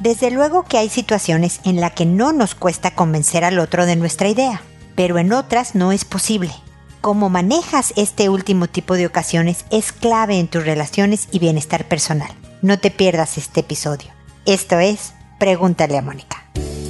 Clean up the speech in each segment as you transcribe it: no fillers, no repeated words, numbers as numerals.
Desde luego que hay situaciones en las que no nos cuesta convencer al otro de nuestra idea, pero en otras no es posible. Cómo manejas este último tipo de ocasiones es clave en tus relaciones y bienestar personal. No te pierdas este episodio. Esto es Pregúntale a Mónica.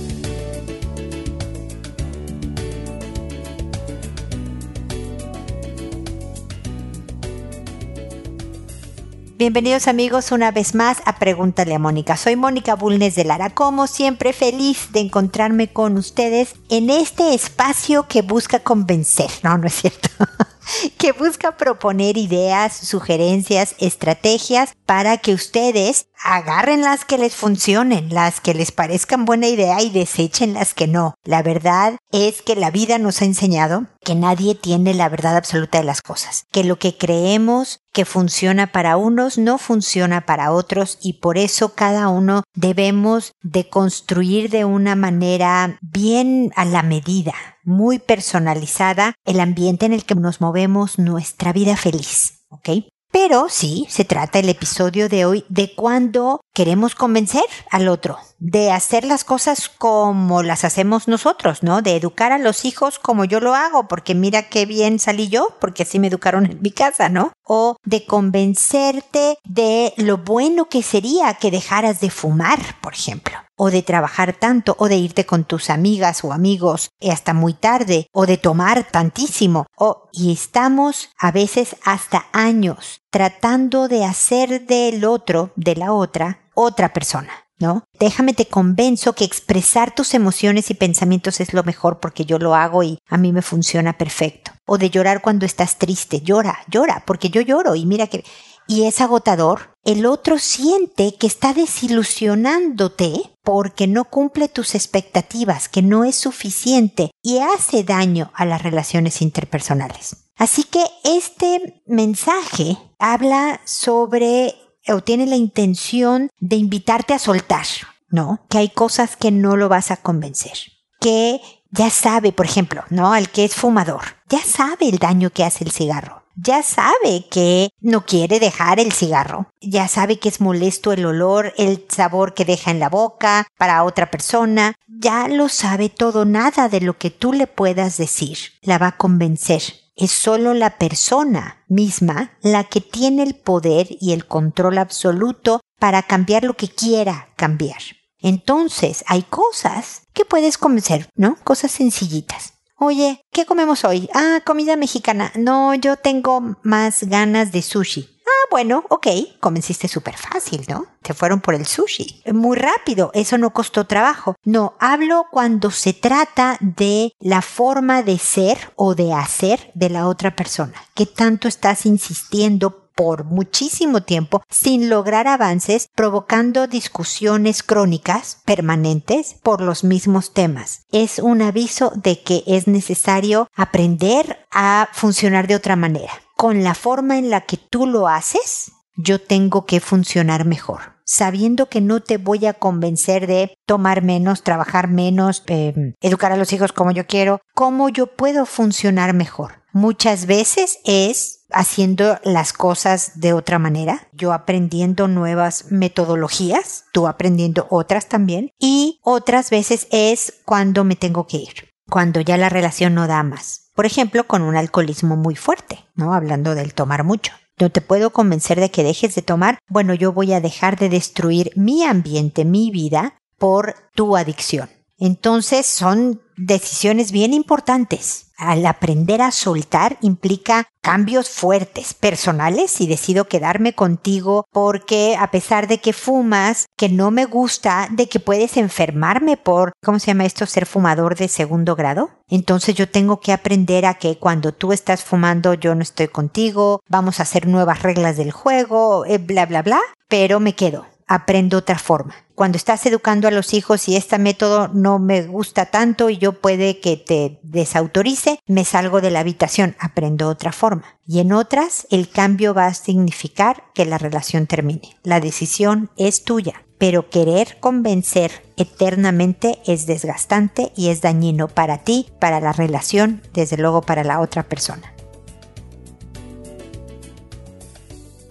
Bienvenidos amigos una vez más a Pregúntale a Mónica. Soy Mónica Bulnes de Lara, como siempre feliz de encontrarme con ustedes en este espacio que busca convencer. No es cierto. Que busca proponer ideas, sugerencias, estrategias para que ustedes agarren las que les funcionen, las que les parezcan buena idea y desechen las que no. La verdad es que la vida nos ha enseñado que nadie tiene la verdad absoluta de las cosas, que lo que creemos que funciona para unos no funciona para otros y por eso cada uno debemos de construir de una manera bien a la medida, muy personalizada, el ambiente en el que nos movemos, nuestra vida feliz, ¿ok? Pero sí, se trata el episodio de hoy de cuando queremos convencer al otro, de hacer las cosas como las hacemos nosotros, ¿no? De educar a los hijos como yo lo hago, porque mira qué bien salí yo, porque así me educaron en mi casa, ¿no? O de convencerte de lo bueno que sería que dejaras de fumar, por ejemplo. O de trabajar tanto, o de irte con tus amigas o amigos hasta muy tarde, o de tomar tantísimo. Y estamos a veces hasta años tratando de hacer del otro, de la otra persona, ¿no? Déjame te convenzo que expresar tus emociones y pensamientos es lo mejor porque yo lo hago y a mí me funciona perfecto. O de llorar cuando estás triste, llora, porque yo lloro y mira que... Y es agotador. El otro siente que está desilusionándote porque no cumple tus expectativas, que no es suficiente y hace daño a las relaciones interpersonales. Así que este mensaje habla sobre o tiene la intención de invitarte a soltar, ¿no? Que hay cosas que no lo vas a convencer. Que ya sabe, por ejemplo, ¿no? Al que es fumador, ya sabe el daño que hace el cigarro. Ya sabe que no quiere dejar el cigarro. Ya sabe que es molesto el olor, el sabor que deja en la boca para otra persona. Ya lo sabe todo, nada de lo que tú le puedas decir la va a convencer. Es solo la persona misma la que tiene el poder y el control absoluto para cambiar lo que quiera cambiar. Entonces, hay cosas que puedes convencer, ¿no? Cosas sencillitas. Oye, ¿qué comemos hoy? Comida mexicana. No, yo tengo más ganas de sushi. Bueno, ok, convenciste súper fácil, ¿no? Te fueron por el sushi. Muy rápido, eso no costó trabajo. No, hablo cuando se trata de la forma de ser o de hacer de la otra persona. ¿Qué tanto estás insistiendo por muchísimo tiempo sin lograr avances, provocando discusiones crónicas permanentes por los mismos temas? Es un aviso de que es necesario aprender a funcionar de otra manera. Con la forma en la que tú lo haces, yo tengo que funcionar mejor. Sabiendo que no te voy a convencer de tomar menos, trabajar menos, educar a los hijos como yo quiero, ¿cómo yo puedo funcionar mejor? Muchas veces es haciendo las cosas de otra manera, yo aprendiendo nuevas metodologías, tú aprendiendo otras también, y otras veces es cuando me tengo que ir, cuando ya la relación no da más. Por ejemplo, con un alcoholismo muy fuerte, ¿no? Hablando del tomar mucho. No te puedo convencer de que dejes de tomar. Bueno, yo voy a dejar de destruir mi ambiente, mi vida, por tu adicción. Entonces son decisiones bien importantes. Al aprender a soltar implica cambios fuertes, personales, y decido quedarme contigo porque a pesar de que fumas, que no me gusta, de que puedes enfermarme por, ¿cómo se llama esto? Ser fumador de segundo grado. Entonces yo tengo que aprender a que cuando tú estás fumando yo no estoy contigo, vamos a hacer nuevas reglas del juego, bla, bla, bla, pero me quedo. Aprendo otra forma. Cuando estás educando a los hijos y este método no me gusta tanto y yo puede que te desautorice, me salgo de la habitación, aprendo otra forma. Y en otras, el cambio va a significar que la relación termine. La decisión es tuya, pero querer convencer eternamente es desgastante y es dañino para ti, para la relación, desde luego para la otra persona.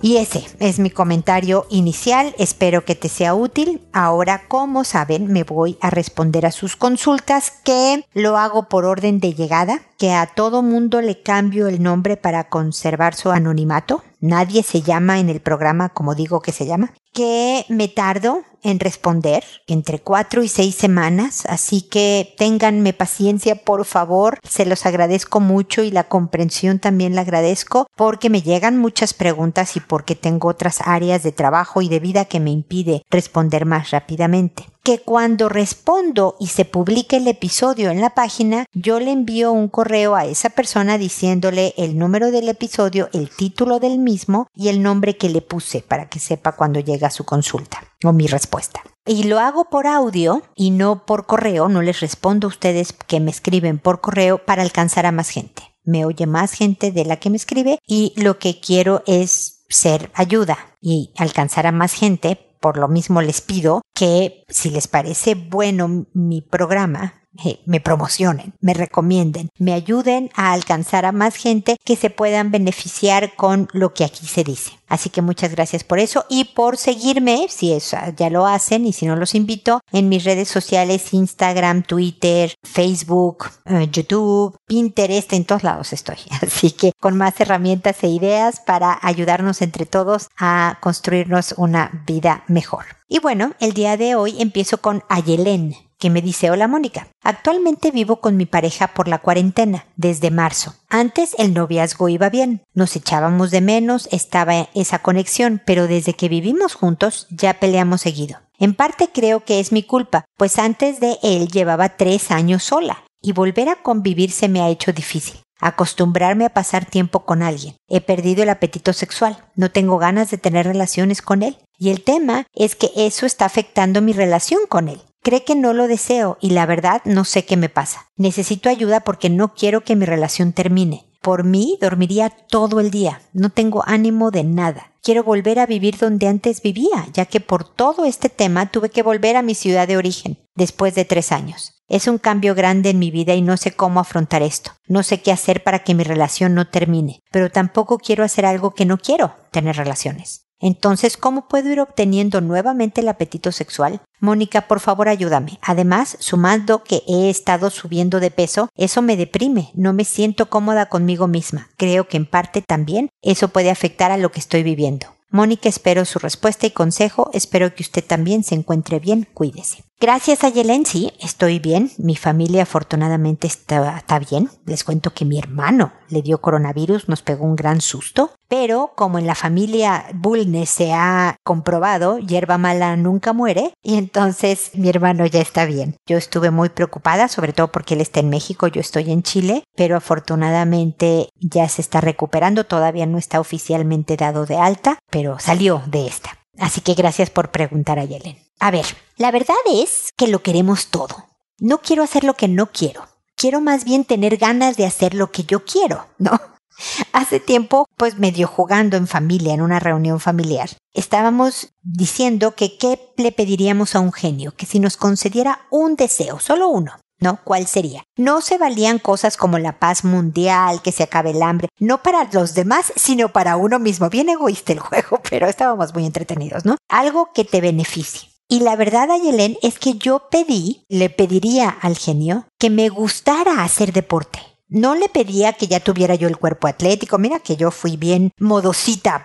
Y ese es mi comentario inicial, espero que te sea útil. Ahora, como saben, me voy a responder a sus consultas, que lo hago por orden de llegada, que a todo mundo le cambio el nombre para conservar su anonimato. Nadie se llama en el programa como digo que se llama. Que me tardo en responder entre 4 y 6 semanas, así que ténganme paciencia, por favor, se los agradezco mucho y la comprensión también la agradezco porque me llegan muchas preguntas y porque tengo otras áreas de trabajo y de vida que me impide responder más rápidamente. Que cuando respondo y se publique el episodio en la página, yo le envío un correo a esa persona diciéndole el número del episodio, el título del mismo y el nombre que le puse para que sepa cuando llega su consulta o mi respuesta. Y lo hago por audio y no por correo, no les respondo a ustedes que me escriben por correo para alcanzar a más gente. Me oye más gente de la que me escribe y lo que quiero es ser ayuda y alcanzar a más gente. Por lo mismo les pido que si les parece bueno mi programa, me promocionen, me recomienden, me ayuden a alcanzar a más gente que se puedan beneficiar con lo que aquí se dice. Así que muchas gracias por eso y por seguirme, si eso ya lo hacen y si no los invito, en mis redes sociales, Instagram, Twitter, Facebook, YouTube, Pinterest, en todos lados estoy. Así que con más herramientas e ideas para ayudarnos entre todos a construirnos una vida mejor. Y bueno, el día de hoy empiezo con Ayelén, que me dice: hola Mónica, actualmente vivo con mi pareja por la cuarentena, desde marzo. Antes el noviazgo iba bien, nos echábamos de menos, estaba esa conexión, pero desde que vivimos juntos ya peleamos seguido. En parte creo que es mi culpa, pues antes de él llevaba 3 años sola, y volver a convivir se me ha hecho difícil. Acostumbrarme a pasar tiempo con alguien. He perdido el apetito sexual, no tengo ganas de tener relaciones con él. Y el tema es que eso está afectando mi relación con él. Cree que no lo deseo y la verdad no sé qué me pasa. Necesito ayuda porque no quiero que mi relación termine. Por mí dormiría todo el día. No tengo ánimo de nada. Quiero volver a vivir donde antes vivía, ya que por todo este tema tuve que volver a mi ciudad de origen, después de 3 años. Es un cambio grande en mi vida y no sé cómo afrontar esto. No sé qué hacer para que mi relación no termine, pero tampoco quiero hacer algo que no quiero, tener relaciones. Entonces, ¿cómo puedo ir obteniendo nuevamente el apetito sexual? Mónica, por favor, ayúdame. Además, sumando que he estado subiendo de peso, eso me deprime. No me siento cómoda conmigo misma. Creo que en parte también eso puede afectar a lo que estoy viviendo. Mónica, espero su respuesta y consejo. Espero que usted también se encuentre bien. Cuídese. Gracias, Ayelén. Sí, estoy bien. Mi familia afortunadamente está bien. Les cuento que mi hermano le dio coronavirus, nos pegó un gran susto. Pero como en la familia Bulnes se ha comprobado, hierba mala nunca muere, y entonces mi hermano ya está bien. Yo estuve muy preocupada, sobre todo porque él está en México, yo estoy en Chile, pero afortunadamente ya se está recuperando, todavía no está oficialmente dado de alta, pero salió de esta. Así que gracias por preguntar, Ayelén. A ver, la verdad es que lo queremos todo. No quiero hacer lo que no quiero. Quiero más bien tener ganas de hacer lo que yo quiero, ¿no? Hace tiempo, pues medio jugando en familia, en una reunión familiar, estábamos diciendo que qué le pediríamos a un genio, que si nos concediera un deseo, solo uno, ¿no? ¿Cuál sería? No se valían cosas como la paz mundial, que se acabe el hambre, no para los demás, sino para uno mismo. Bien egoísta el juego, pero estábamos muy entretenidos, ¿no? Algo que te beneficie. Y la verdad, Ayelén, es que yo le pediría al genio que me gustara hacer deporte. No le pedía que ya tuviera yo el cuerpo atlético. Mira que yo fui bien modosita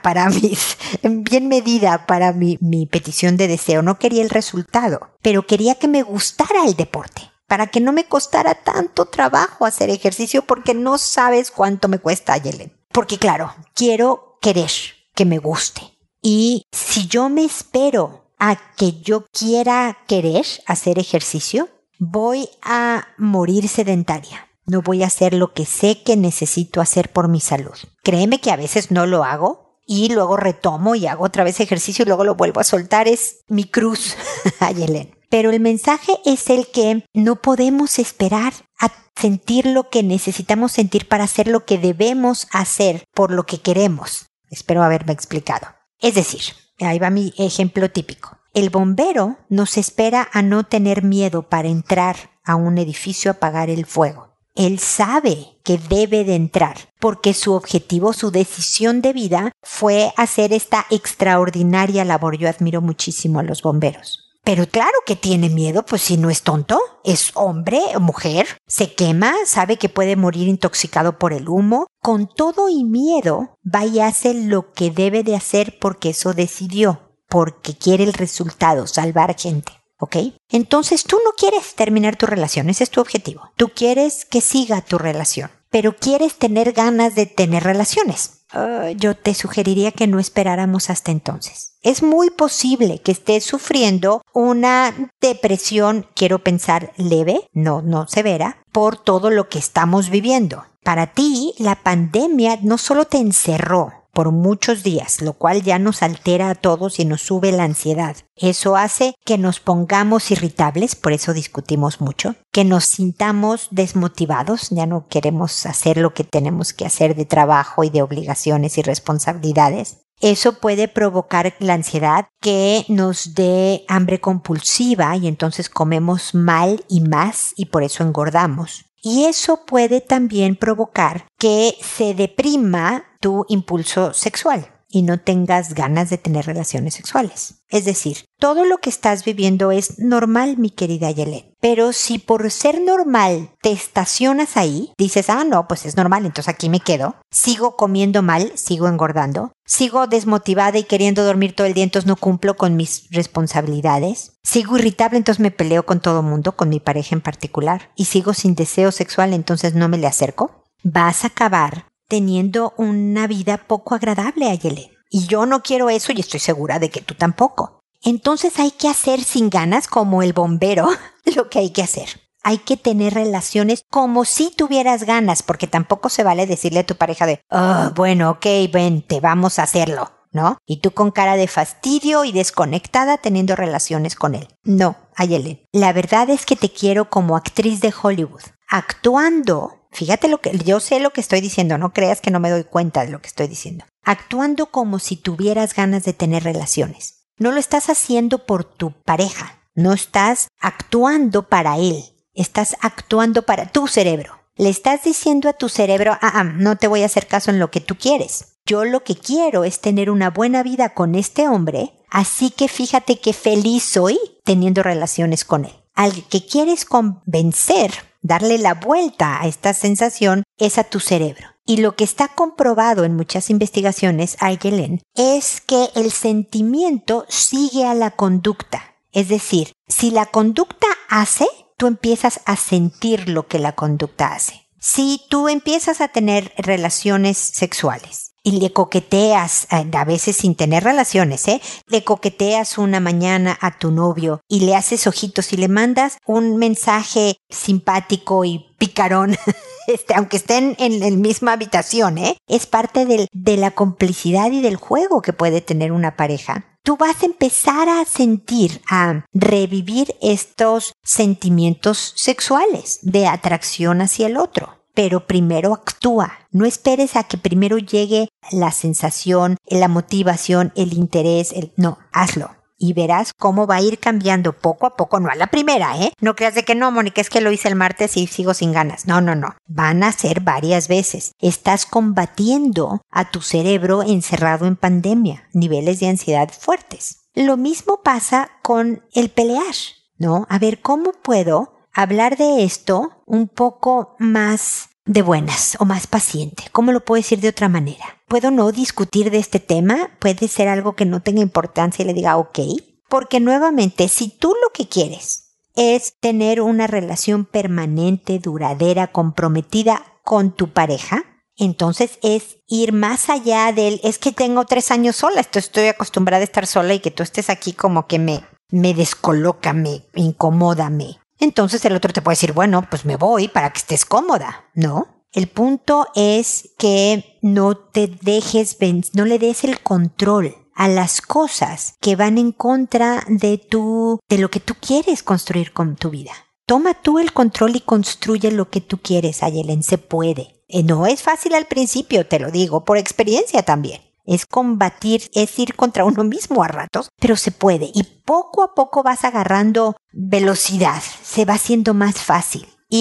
bien medida para mi petición de deseo. No quería el resultado, pero quería que me gustara el deporte, para que no me costara tanto trabajo hacer ejercicio, porque no sabes cuánto me cuesta, Ayelén. Porque claro, quiero querer que me guste. Y si yo me espero a que yo quiera querer hacer ejercicio, voy a morir sedentaria. No voy a hacer lo que sé que necesito hacer por mi salud. Créeme que a veces no lo hago y luego retomo y hago otra vez ejercicio y luego lo vuelvo a soltar. Es mi cruz, Ayelén. Pero el mensaje es el que no podemos esperar a sentir lo que necesitamos sentir para hacer lo que debemos hacer por lo que queremos. Espero haberme explicado. Es decir, ahí va mi ejemplo típico. El bombero nos espera a no tener miedo para entrar a un edificio a apagar el fuego. Él sabe que debe de entrar porque su objetivo, su decisión de vida fue hacer esta extraordinaria labor. Yo admiro muchísimo a los bomberos. Pero claro que tiene miedo, pues si no es tonto, es hombre o mujer, se quema, sabe que puede morir intoxicado por el humo. Con todo y miedo, va y hace lo que debe de hacer porque eso decidió, porque quiere el resultado, salvar gente. ¿Ok? Entonces tú no quieres terminar tu relación, ese es tu objetivo. Tú quieres que siga tu relación, pero quieres tener ganas de tener relaciones. Yo te sugeriría que no esperáramos hasta entonces. Es muy posible que estés sufriendo una depresión, quiero pensar leve, no severa, por todo lo que estamos viviendo. Para ti, la pandemia no solo te encerró por muchos días, lo cual ya nos altera a todos y nos sube la ansiedad. Eso hace que nos pongamos irritables, por eso discutimos mucho, que nos sintamos desmotivados, ya no queremos hacer lo que tenemos que hacer de trabajo y de obligaciones y responsabilidades. Eso puede provocar la ansiedad, que nos dé hambre compulsiva y entonces comemos mal y más y por eso engordamos. Y eso puede también provocar que se deprima tu impulso sexual y no tengas ganas de tener relaciones sexuales. Es decir, todo lo que estás viviendo es normal, mi querida Yelén. Pero si por ser normal te estacionas ahí, dices, no, pues es normal, entonces aquí me quedo. Sigo comiendo mal, sigo engordando. Sigo desmotivada y queriendo dormir todo el día, entonces no cumplo con mis responsabilidades. Sigo irritable, entonces me peleo con todo mundo, con mi pareja en particular. Y sigo sin deseo sexual, entonces no me le acerco. Vas a acabar teniendo una vida poco agradable, Ayelen. Y yo no quiero eso y estoy segura de que tú tampoco. Entonces hay que hacer sin ganas, como el bombero, lo que hay que hacer. Hay que tener relaciones como si tuvieras ganas, porque tampoco se vale decirle a tu pareja de, bueno, ok, vente, vamos a hacerlo, ¿no? Y tú con cara de fastidio y desconectada teniendo relaciones con él. No, Ayelen, la verdad es que te quiero como actriz de Hollywood, actuando. Fíjate yo sé lo que estoy diciendo, no creas que no me doy cuenta de lo que estoy diciendo. Actuando como si tuvieras ganas de tener relaciones. No lo estás haciendo por tu pareja, no estás actuando para él, estás actuando para tu cerebro. Le estás diciendo a tu cerebro, no te voy a hacer caso en lo que tú quieres. Yo lo que quiero es tener una buena vida con este hombre, así que fíjate qué feliz soy teniendo relaciones con él. Al que quieres convencer, darle la vuelta a esta sensación, es a tu cerebro. Y lo que está comprobado en muchas investigaciones, Ayelen, es que el sentimiento sigue a la conducta. Es decir, si la conducta hace, tú empiezas a sentir lo que la conducta hace. Si tú empiezas a tener relaciones sexuales y le coqueteas, a veces sin tener relaciones, le coqueteas una mañana a tu novio y le haces ojitos y le mandas un mensaje simpático y picarón, aunque estén en la misma habitación, es parte de la complicidad y del juego que puede tener una pareja. Tú vas a empezar a sentir, a revivir estos sentimientos sexuales de atracción hacia el otro. Pero primero actúa. No esperes a que primero llegue la sensación, la motivación, el interés. No, hazlo. Y verás cómo va a ir cambiando poco a poco, no a la primera, No creas de que no, Mónica, es que lo hice el martes y sigo sin ganas. No. Van a ser varias veces. Estás combatiendo a tu cerebro encerrado en pandemia, niveles de ansiedad fuertes. Lo mismo pasa con el pelear, ¿no? A ver, ¿cómo puedo hablar de esto un poco más de buenas o más paciente? ¿Cómo lo puedo decir de otra manera? ¿Puedo no discutir de este tema? ¿Puede ser algo que no tenga importancia y le diga ok? Porque nuevamente, si tú lo que quieres es tener una relación permanente, duradera, comprometida con tu pareja, entonces es ir más allá del, es que tengo 3 años sola, estoy acostumbrada a estar sola y que tú estés aquí como que me descoloca, me incomoda, Entonces el otro te puede decir, bueno, pues me voy para que estés cómoda, ¿no? El punto es que no le des el control a las cosas que van en contra de lo que tú quieres construir con tu vida. Toma tú el control y construye lo que tú quieres, Ayelen, se puede. No es fácil al principio, te lo digo, por experiencia también. Es combatir, es ir contra uno mismo a ratos, pero se puede. Y poco a poco vas agarrando velocidad, se va haciendo más fácil. Y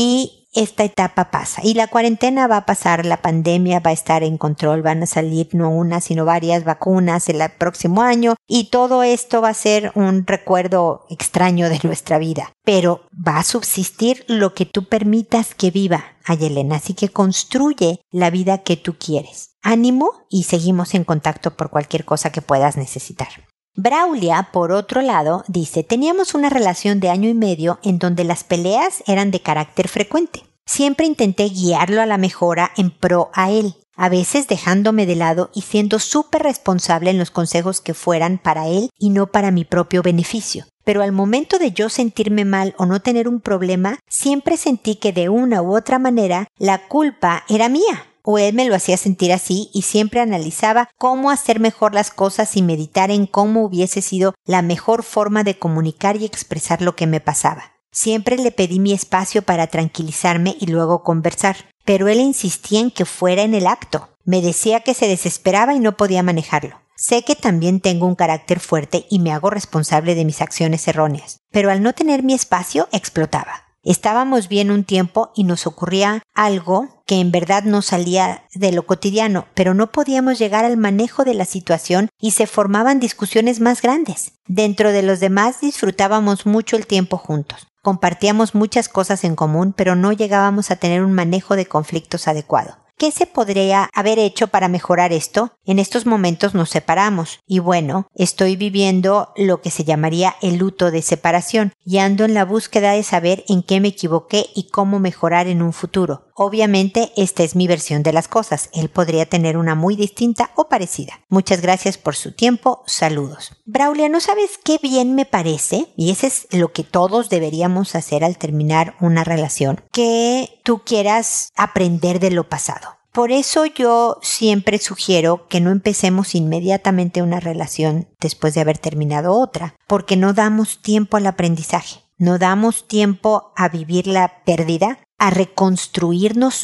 esta etapa pasa y la cuarentena va a pasar, la pandemia va a estar en control, van a salir no una sino varias vacunas el próximo año y todo esto va a ser un recuerdo extraño de nuestra vida, pero va a subsistir lo que tú permitas que viva, Ayelena, así que construye la vida que tú quieres. Ánimo y seguimos en contacto por cualquier cosa que puedas necesitar. Braulia, por otro lado, dice, teníamos una relación de 1 año y medio en donde las peleas eran de carácter frecuente. Siempre intenté guiarlo a la mejora en pro a él, a veces dejándome de lado y siendo súper responsable en los consejos que fueran para él y no para mi propio beneficio. Pero al momento de yo sentirme mal o no tener un problema, siempre sentí que de una u otra manera la culpa era mía. O él me lo hacía sentir así y siempre analizaba cómo hacer mejor las cosas y meditar en cómo hubiese sido la mejor forma de comunicar y expresar lo que me pasaba. Siempre le pedí mi espacio para tranquilizarme y luego conversar, pero él insistía en que fuera en el acto. Me decía que se desesperaba y no podía manejarlo. Sé que también tengo un carácter fuerte y me hago responsable de mis acciones erróneas, pero al no tener mi espacio explotaba. Estábamos bien un tiempo y nos ocurría algo que en verdad no salía de lo cotidiano, pero no podíamos llegar al manejo de la situación y se formaban discusiones más grandes. Dentro de los demás disfrutábamos mucho el tiempo juntos. Compartíamos muchas cosas en común, pero no llegábamos a tener un manejo de conflictos adecuado. ¿Qué se podría haber hecho para mejorar esto? En estos momentos nos separamos y bueno, estoy viviendo lo que se llamaría el luto de separación y ando en la búsqueda de saber en qué me equivoqué y cómo mejorar en un futuro. Obviamente, esta es mi versión de las cosas. Él podría tener una muy distinta o parecida. Muchas gracias por su tiempo. Saludos. Braulia, ¿no sabes qué bien me parece? Y ese es lo que todos deberíamos hacer al terminar una relación. Que tú quieras aprender de lo pasado. Por eso yo siempre sugiero que no empecemos inmediatamente una relación después de haber terminado otra, porque no damos tiempo al aprendizaje, no damos tiempo a vivir la pérdida, a reconstruirnos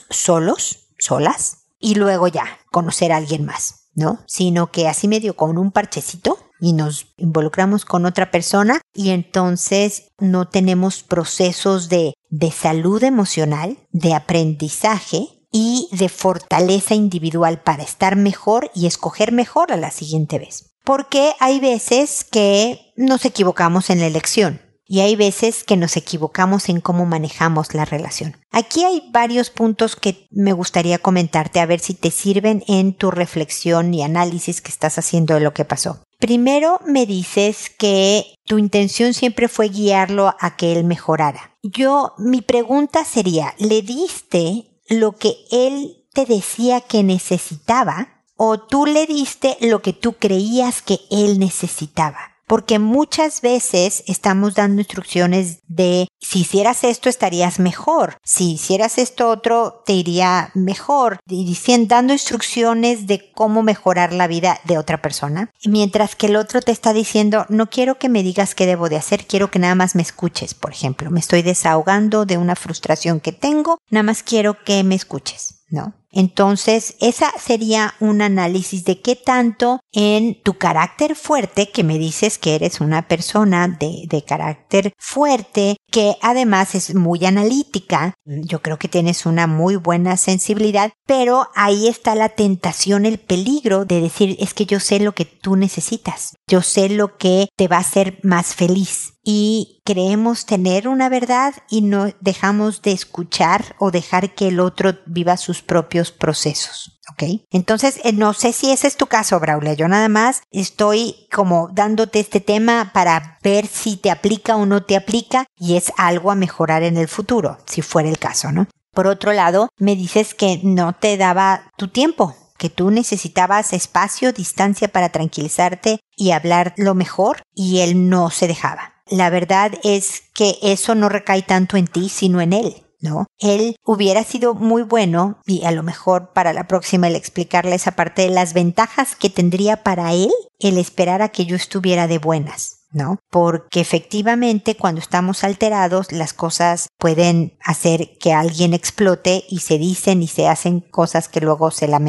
solas, y luego ya conocer a alguien más, ¿no? Sino que así medio con un parchecito y nos involucramos con otra persona y entonces no tenemos procesos de salud emocional, de aprendizaje, y de fortaleza individual para estar mejor y escoger mejor a la siguiente vez. Porque hay veces que nos equivocamos en la elección y hay veces que nos equivocamos en cómo manejamos la relación. Aquí hay varios puntos que me gustaría comentarte a ver si te sirven en tu reflexión y análisis que estás haciendo de lo que pasó. Primero me dices que tu intención siempre fue guiarlo a que él mejorara. Mi pregunta sería, ¿le diste lo que él te decía que necesitaba o tú le diste lo que tú creías que él necesitaba? Porque muchas veces estamos dando instrucciones de si hicieras esto estarías mejor, si hicieras esto otro te iría mejor, dando instrucciones de cómo mejorar la vida de otra persona, mientras que el otro te está diciendo no quiero que me digas qué debo de hacer, quiero que nada más me escuches, por ejemplo, me estoy desahogando de una frustración que tengo, nada más quiero que me escuches, ¿no? Entonces, esa sería un análisis de qué tanto en tu carácter fuerte, que me dices que eres una persona de carácter fuerte, que además es muy analítica, yo creo que tienes una muy buena sensibilidad, pero ahí está la tentación, el peligro de decir, es que yo sé lo que tú necesitas, yo sé lo que te va a hacer más feliz. Y creemos tener una verdad y no dejamos de escuchar o dejar que el otro viva sus propios procesos, ¿ok? Entonces, no sé si ese es tu caso, Braulia. Yo nada más estoy como dándote este tema para ver si te aplica o no te aplica y es algo a mejorar en el futuro, si fuera el caso, ¿no? Por otro lado, me dices que no te daba tu tiempo, que tú necesitabas espacio, distancia para tranquilizarte y hablar lo mejor y él no se dejaba. La verdad es que eso no recae tanto en ti, sino en él, ¿no? Él hubiera sido muy bueno, y a lo mejor para la próxima el explicarle esa parte de las ventajas que tendría para él el esperar a que yo estuviera de buenas, ¿no? Porque efectivamente cuando estamos alterados las cosas pueden hacer que alguien explote y se dicen y se hacen cosas que luego se lamentan.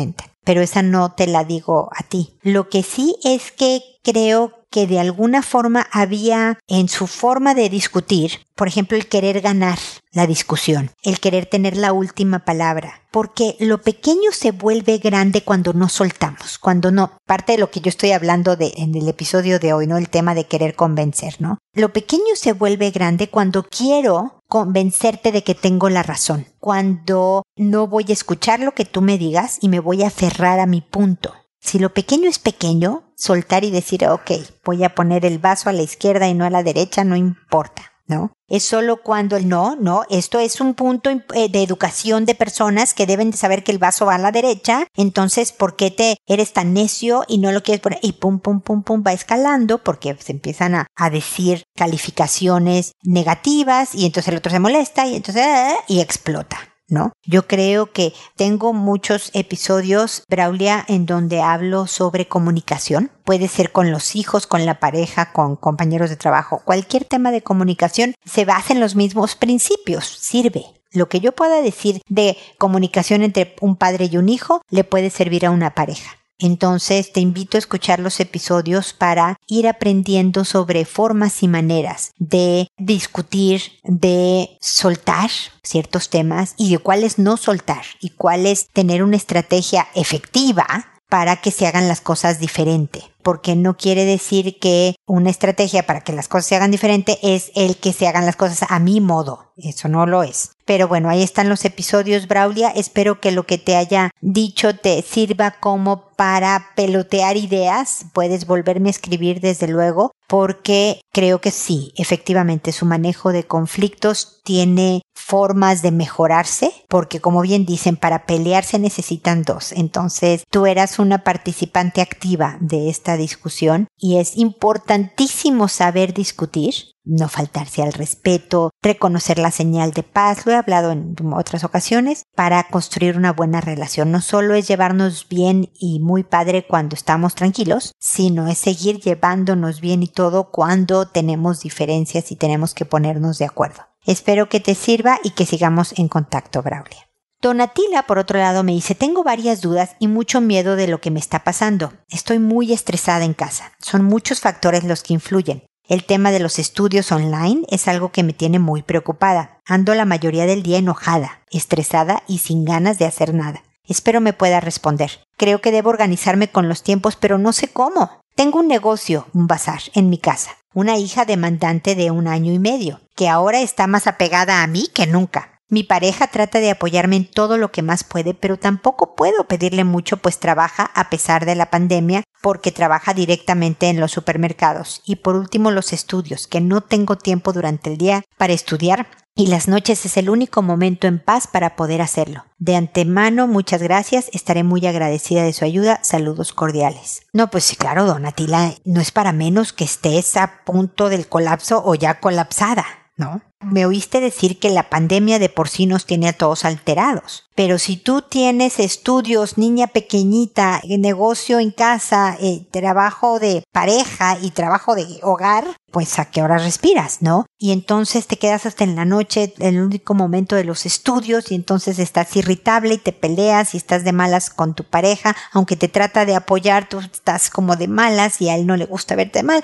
pero esa no te la digo a ti. Lo que sí es que creo que de alguna forma había en su forma de discutir, por ejemplo, el querer ganar la discusión, el querer tener la última palabra, porque lo pequeño se vuelve grande cuando no soltamos, cuando no, parte de lo que yo estoy hablando en el episodio de hoy, ¿no? El tema de querer convencer, ¿no? Lo pequeño se vuelve grande cuando quiero convencerte de que tengo la razón, cuando no voy a escuchar lo que tú me digas y me voy a aferrar a mi punto. Si lo pequeño es pequeño, soltar y decir, ok, voy a poner el vaso a la izquierda y no a la derecha, no importa, ¿no? Es solo cuando esto es un punto de educación de personas que deben de saber que el vaso va a la derecha, entonces, ¿por qué eres tan necio y no lo quieres poner? Y pum, pum, pum, pum, va escalando porque se empiezan a decir calificaciones negativas y entonces el otro se molesta y entonces, y explota, ¿no? Yo creo que tengo muchos episodios, Braulia, en donde hablo sobre comunicación. Puede ser con los hijos, con la pareja, con compañeros de trabajo. Cualquier tema de comunicación se basa en los mismos principios. Sirve. Lo que yo pueda decir de comunicación entre un padre y un hijo le puede servir a una pareja. Entonces te invito a escuchar los episodios para ir aprendiendo sobre formas y maneras de discutir, de soltar ciertos temas y de cuáles no soltar y cuáles tener una estrategia efectiva para que se hagan las cosas diferente. Porque no quiere decir que una estrategia para que las cosas se hagan diferente es el que se hagan las cosas a mi modo. Eso no lo es. Pero bueno, ahí están los episodios, Braulia. Espero que lo que te haya dicho te sirva como para pelotear ideas. Puedes volverme a escribir desde luego, porque creo que sí, efectivamente, su manejo de conflictos tiene formas de mejorarse, porque como bien dicen, para pelear se necesitan dos. Entonces, tú eras una participante activa de esta discusión y es importantísimo saber discutir, no faltarse al respeto, reconocer la señal de paz, lo he hablado en otras ocasiones, para construir una buena relación. No solo es llevarnos bien y muy padre cuando estamos tranquilos, sino es seguir llevándonos bien y todo cuando tenemos diferencias y tenemos que ponernos de acuerdo. Espero que te sirva y que sigamos en contacto, Braulia. Donatila, por otro lado, me dice, tengo varias dudas y mucho miedo de lo que me está pasando. Estoy muy estresada en casa. Son muchos factores los que influyen. El tema de los estudios online es algo que me tiene muy preocupada. Ando la mayoría del día enojada, estresada y sin ganas de hacer nada. Espero me pueda responder. Creo que debo organizarme con los tiempos, pero no sé cómo. Tengo un negocio, un bazar, en mi casa. Una hija demandante de 1 año y medio, que ahora está más apegada a mí que nunca. Mi pareja trata de apoyarme en todo lo que más puede, pero tampoco puedo pedirle mucho, pues trabaja a pesar de la pandemia, porque trabaja directamente en los supermercados. Y por último, los estudios, que no tengo tiempo durante el día para estudiar y las noches es el único momento en paz para poder hacerlo. De antemano, muchas gracias, estaré muy agradecida de su ayuda, saludos cordiales. No, pues sí, claro, Donatila, no es para menos que estés a punto del colapso o ya colapsada, ¿no? Me oíste decir que la pandemia de por sí nos tiene a todos alterados. Pero si tú tienes estudios, niña pequeñita, negocio en casa, trabajo de pareja y trabajo de hogar, pues a qué hora respiras, ¿no? Y entonces te quedas hasta en la noche, el único momento de los estudios, y entonces estás irritable y te peleas y estás de malas con tu pareja, aunque te trata de apoyar, tú estás como de malas y a él no le gusta verte mal.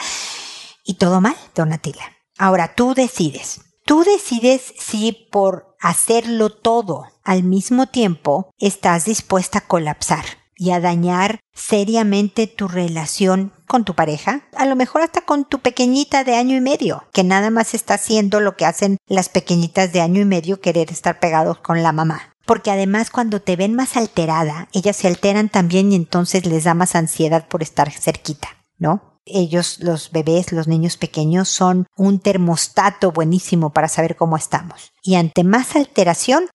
Y todo mal, Donatila. Ahora tú decides. Tú decides si por hacerlo todo al mismo tiempo estás dispuesta a colapsar y a dañar seriamente tu relación con tu pareja, a lo mejor hasta con tu pequeñita de 1 año y medio, que nada más está haciendo lo que hacen las pequeñitas de 1 año y medio, querer estar pegados con la mamá. Porque además cuando te ven más alterada, ellas se alteran también y entonces les da más ansiedad por estar cerquita, ¿no? Ellos, los bebés, los niños pequeños, son un termostato buenísimo para saber cómo estamos. Y ante más alteración,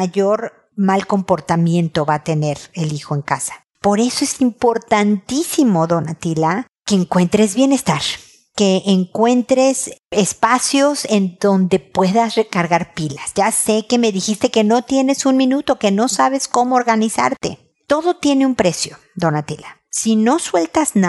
mayor mal comportamiento va a tener el hijo en casa. Por eso es importantísimo, Donatila, que encuentres bienestar, que encuentres espacios en donde puedas recargar pilas. Ya sé que me dijiste que no tienes 1 minuto, que no sabes cómo organizarte. Todo tiene un precio, Donatila. Si no sueltas nada,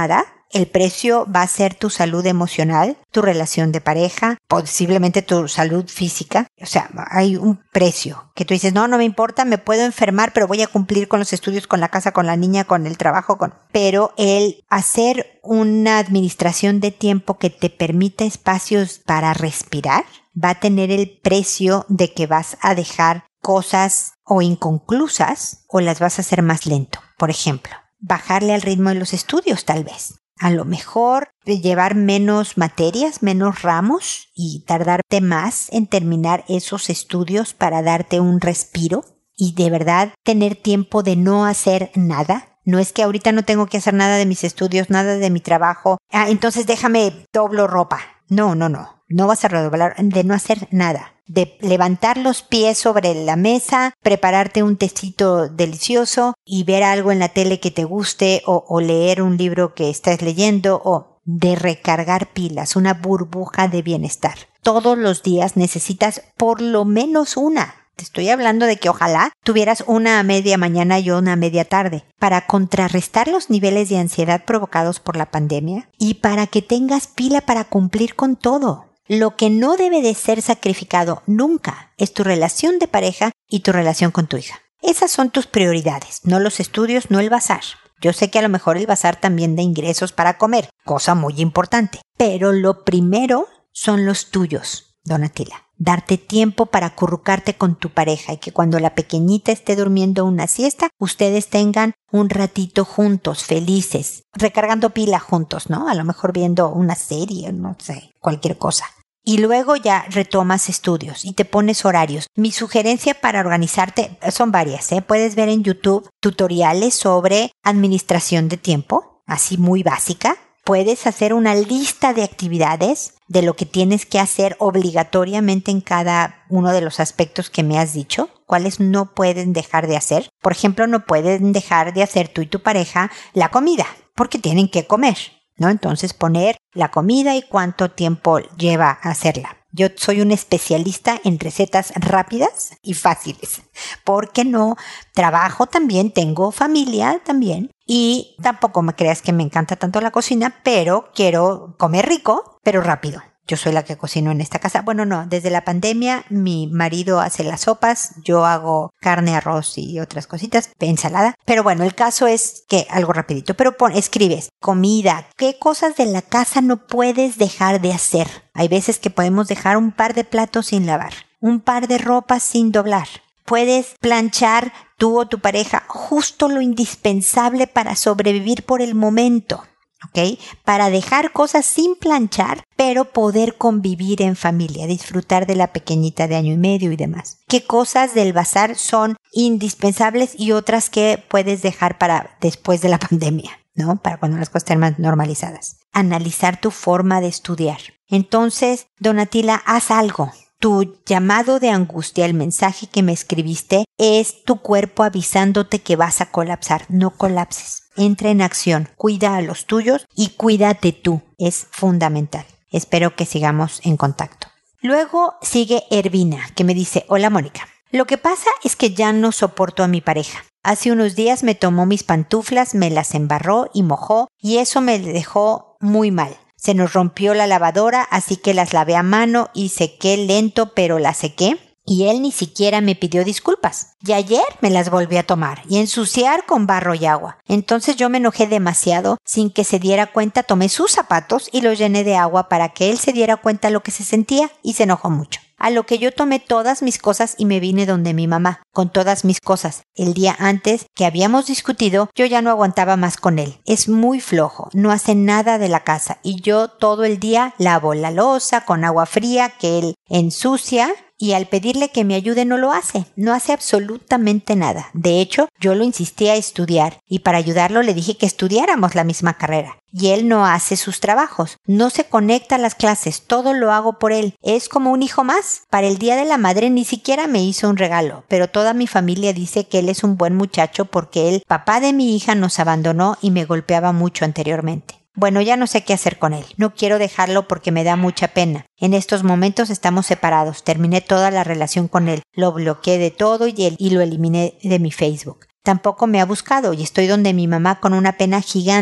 El precio va a ser tu salud emocional, tu relación de pareja, posiblemente tu salud física. O sea, hay un precio que tú dices, no me importa, me puedo enfermar, pero voy a cumplir con los estudios, con la casa, con la niña, con el trabajo, pero el hacer una administración de tiempo que te permita espacios para respirar va a tener el precio de que vas a dejar cosas o inconclusas o las vas a hacer más lento. Por ejemplo, bajarle al ritmo de los estudios tal vez. A lo mejor llevar menos materias, menos ramos y tardarte más en terminar esos estudios para darte un respiro y de verdad tener tiempo de no hacer nada. No es que ahorita no tengo que hacer nada de mis estudios, nada de mi trabajo. Entonces déjame doblo ropa. No. No vas a redoblar, de no hacer nada. De levantar los pies sobre la mesa, prepararte un tecito delicioso y ver algo en la tele que te guste o leer un libro que estés leyendo o de recargar pilas, una burbuja de bienestar. Todos los días necesitas por lo menos una. Te estoy hablando de que ojalá tuvieras una a media mañana y una a media tarde para contrarrestar los niveles de ansiedad provocados por la pandemia y para que tengas pila para cumplir con todo. Lo que no debe de ser sacrificado nunca es tu relación de pareja y tu relación con tu hija. Esas son tus prioridades, no los estudios, no el bazar. Yo sé que a lo mejor el bazar también da ingresos para comer, cosa muy importante. Pero lo primero son los tuyos, Donatila. Darte tiempo para acurrucarte con tu pareja y que cuando la pequeñita esté durmiendo una siesta, ustedes tengan un ratito juntos, felices, recargando pila juntos, ¿no? A lo mejor viendo una serie, no sé, cualquier cosa. Y luego ya retomas estudios y te pones horarios. Mi sugerencia para organizarte son varias, ¿eh? Puedes ver en YouTube tutoriales sobre administración de tiempo, así muy básica. Puedes hacer una lista de actividades de lo que tienes que hacer obligatoriamente en cada uno de los aspectos que me has dicho, cuáles no pueden dejar de hacer. Por ejemplo, no pueden dejar de hacer tú y tu pareja la comida, porque tienen que comer, ¿no? Entonces poner la comida y cuánto tiempo lleva a hacerla. Yo soy un especialista en recetas rápidas y fáciles, porque no trabajo también, tengo familia también y tampoco me creas que me encanta tanto la cocina, pero quiero comer rico, pero rápido. Yo soy la que cocino en esta casa. Bueno, no, desde la pandemia mi marido hace las sopas, yo hago carne, arroz y otras cositas, ensalada. Pero bueno, el caso es que algo rapidito, pero escribes comida, qué cosas de la casa no puedes dejar de hacer. Hay veces que podemos dejar un par de platos sin lavar, un par de ropas sin doblar. Puedes planchar tú o tu pareja justo lo indispensable para sobrevivir por el momento. ¿Ok? Para dejar cosas sin planchar, pero poder convivir en familia, disfrutar de la pequeñita de 1 año y medio y demás. ¿Qué cosas del bazar son indispensables y otras que puedes dejar para después de la pandemia, ¿no? Para cuando las cosas estén más normalizadas. Analizar tu forma de estudiar. Entonces, Donatila, haz algo. Tu llamado de angustia, el mensaje que me escribiste, es tu cuerpo avisándote que vas a colapsar. No colapses. Entra en acción. Cuida a los tuyos y cuídate tú. Es fundamental. Espero que sigamos en contacto. Luego sigue Ervina, que me dice, hola Mónica. Lo que pasa es que ya no soporto a mi pareja. Hace unos días me tomó mis pantuflas, me las embarró y mojó y eso me dejó muy mal. Se nos rompió la lavadora, así que las lavé a mano y sequé lento, pero las sequé. Y él ni siquiera me pidió disculpas. Y ayer me las volví a tomar y ensuciar con barro y agua. Entonces yo me enojé demasiado. Sin que se diera cuenta, tomé sus zapatos y los llené de agua para que él se diera cuenta lo que se sentía y se enojó mucho. A lo que yo tomé todas mis cosas y me vine donde mi mamá, con todas mis cosas. El día antes que habíamos discutido, yo ya no aguantaba más con él. Es muy flojo, no hace nada de la casa y yo todo el día lavo la loza con agua fría que él ensucia. Y al pedirle que me ayude no lo hace, no hace absolutamente nada. De hecho, yo lo insistí a estudiar y para ayudarlo le dije que estudiáramos la misma carrera. Y él no hace sus trabajos, no se conecta a las clases, todo lo hago por él. Es como un hijo más. Para el Día de la Madre ni siquiera me hizo un regalo, pero toda mi familia dice que él es un buen muchacho porque el papá de mi hija nos abandonó y me golpeaba mucho anteriormente. Bueno, ya no sé qué hacer con él. No quiero dejarlo porque me da mucha pena. En estos momentos estamos separados. Terminé toda la relación con él. Lo bloqueé de todo y lo eliminé de mi Facebook. Tampoco me ha buscado y estoy donde mi mamá con una pena gigante.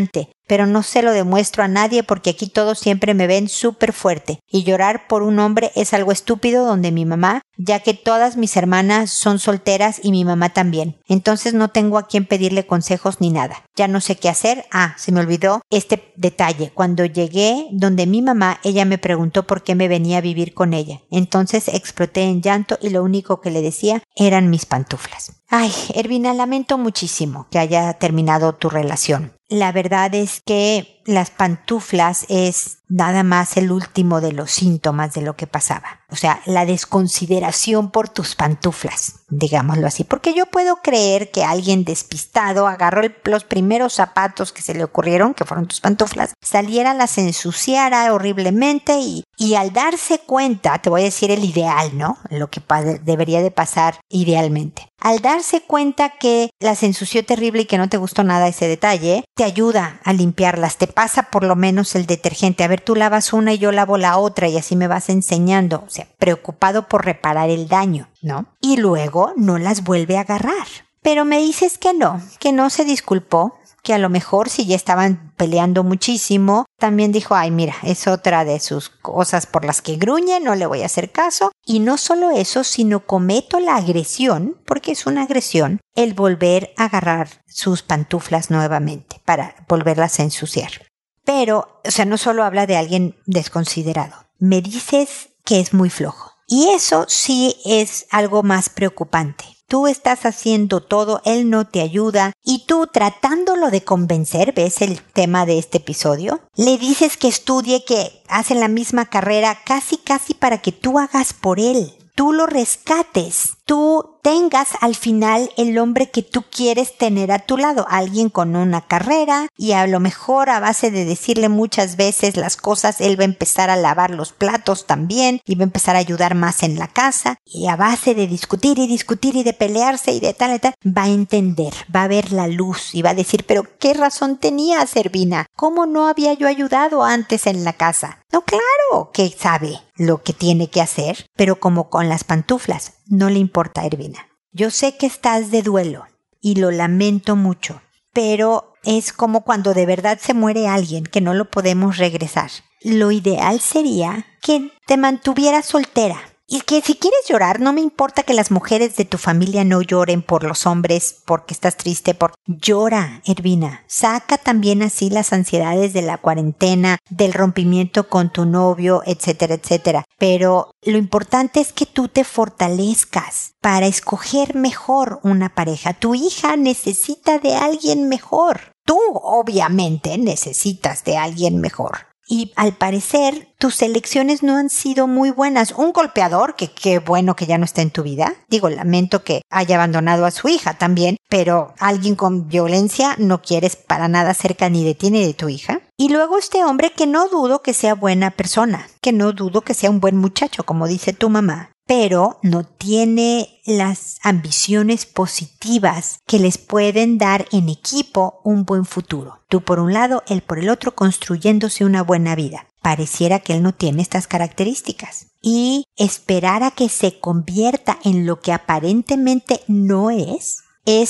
pero no se lo demuestro a nadie porque aquí todos siempre me ven súper fuerte. Y llorar por un hombre es algo estúpido donde mi mamá, ya que todas mis hermanas son solteras y mi mamá también. Entonces no tengo a quien pedirle consejos ni nada. Ya no sé qué hacer. Se me olvidó este detalle. Cuando llegué donde mi mamá, ella me preguntó por qué me venía a vivir con ella. Entonces exploté en llanto y lo único que le decía eran mis pantuflas. Ay, Ervina, lamento muchísimo que haya terminado tu relación. La verdad es que las pantuflas es nada más el último de los síntomas de lo que pasaba. O sea, la desconsideración por tus pantuflas, digámoslo así. Porque yo puedo creer que alguien despistado agarró los primeros zapatos que se le ocurrieron, que fueron tus pantuflas, saliera, las ensuciara horriblemente y al darse cuenta, te voy a decir el ideal, ¿no? Lo que debería de pasar idealmente. Al darse cuenta que las ensució terrible y que no te gustó nada ese detalle, te ayuda a limpiarlas, te pasa por lo menos el detergente. A ver, tú lavas una y yo lavo la otra y así me vas enseñando. O sea, preocupado por reparar el daño, ¿no? Y luego no las vuelve a agarrar. Pero me dices que no se disculpó, que a lo mejor si ya estaban peleando muchísimo, también dijo, ay mira, es otra de sus cosas por las que gruñe, no le voy a hacer caso. Y no solo eso, sino cometo la agresión, porque es una agresión, el volver a agarrar sus pantuflas nuevamente para volverlas a ensuciar. Pero, o sea, no solo habla de alguien desconsiderado. Me dices que es muy flojo. Y eso sí es algo más preocupante. Tú estás haciendo todo, él no te ayuda y tú tratándolo de convencer, ¿ves el tema de este episodio? Le dices que estudie, que hace la misma carrera casi para que tú hagas por él. Tú lo rescates, tú tengas al final el hombre que tú quieres tener a tu lado, alguien con una carrera y a lo mejor a base de decirle muchas veces las cosas, él va a empezar a lavar los platos también y va a empezar a ayudar más en la casa y a base de discutir y de pelearse y de tal y tal, va a entender, va a ver la luz y va a decir, pero ¿qué razón tenía Ervina? ¿Cómo no había yo ayudado antes en la casa? No, claro que sabe lo que tiene que hacer, pero como con las pantuflas, no le importa a Ervina. Yo sé que estás de duelo y lo lamento mucho, pero es como cuando de verdad se muere alguien que no lo podemos regresar. Lo ideal sería que te mantuvieras soltera. Y que si quieres llorar, no me importa que las mujeres de tu familia no lloren por los hombres, porque estás triste, Llora, Ervina. Saca también así las ansiedades de la cuarentena, del rompimiento con tu novio, etcétera, etcétera. Pero lo importante es que tú te fortalezcas para escoger mejor una pareja. Tu hija necesita de alguien mejor. Tú, obviamente, necesitas de alguien mejor. Y al parecer, tus elecciones no han sido muy buenas. Un golpeador, que qué bueno que ya no está en tu vida. Digo, lamento que haya abandonado a su hija también, pero alguien con violencia no quieres para nada cerca ni de ti ni de tu hija. Y luego este hombre que no dudo que sea buena persona, que no dudo que sea un buen muchacho, como dice tu mamá, pero no tiene las ambiciones positivas que les pueden dar en equipo un buen futuro. Tú por un lado, él por el otro, construyéndose una buena vida. Pareciera que él no tiene estas características. Y esperar a que se convierta en lo que aparentemente no es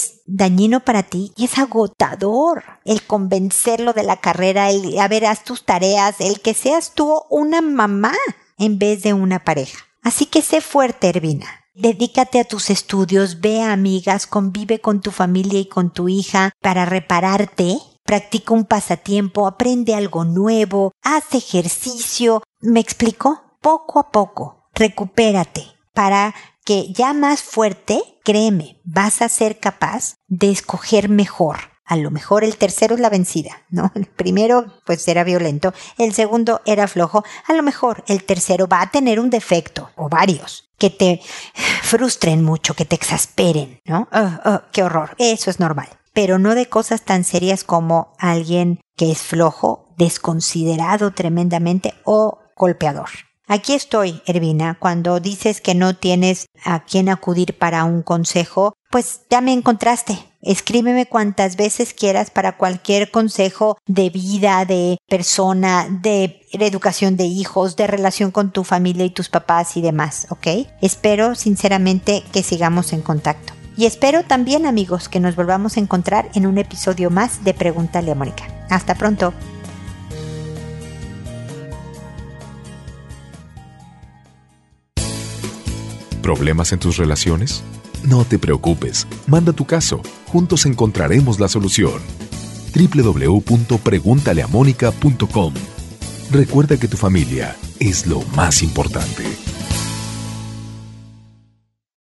dañino para ti y es agotador. El convencerlo de la carrera, a ver, haz tus tareas, el que seas tú una mamá en vez de una pareja. Así que sé fuerte, Ervina. Dedícate a tus estudios, ve a amigas, convive con tu familia y con tu hija para repararte. Practica un pasatiempo, aprende algo nuevo, haz ejercicio. ¿Me explico? Poco a poco, recupérate para que ya más fuerte, créeme, vas a ser capaz de escoger mejor. A lo mejor el tercero es la vencida, ¿no? El primero, pues, era violento. El segundo era flojo. A lo mejor el tercero va a tener un defecto, o varios, que te frustren mucho, que te exasperen, ¿no? ¡Qué horror! Eso es normal. Pero no de cosas tan serias como alguien que es flojo, desconsiderado tremendamente o golpeador. Aquí estoy, Ervina, cuando dices que no tienes a quién acudir para un consejo, pues ya me encontraste. Escríbeme cuantas veces quieras para cualquier consejo de vida, de persona, de educación de hijos, de relación con tu familia y tus papás y demás, ¿ok? Espero sinceramente que sigamos en contacto. Y espero también, amigos, que nos volvamos a encontrar en un episodio más de Pregúntale a Mónica. Hasta pronto. ¿Problemas en tus relaciones? No te preocupes, manda tu caso, juntos encontraremos la solución. www.preguntaleamónica.com. Recuerda que tu familia es lo más importante.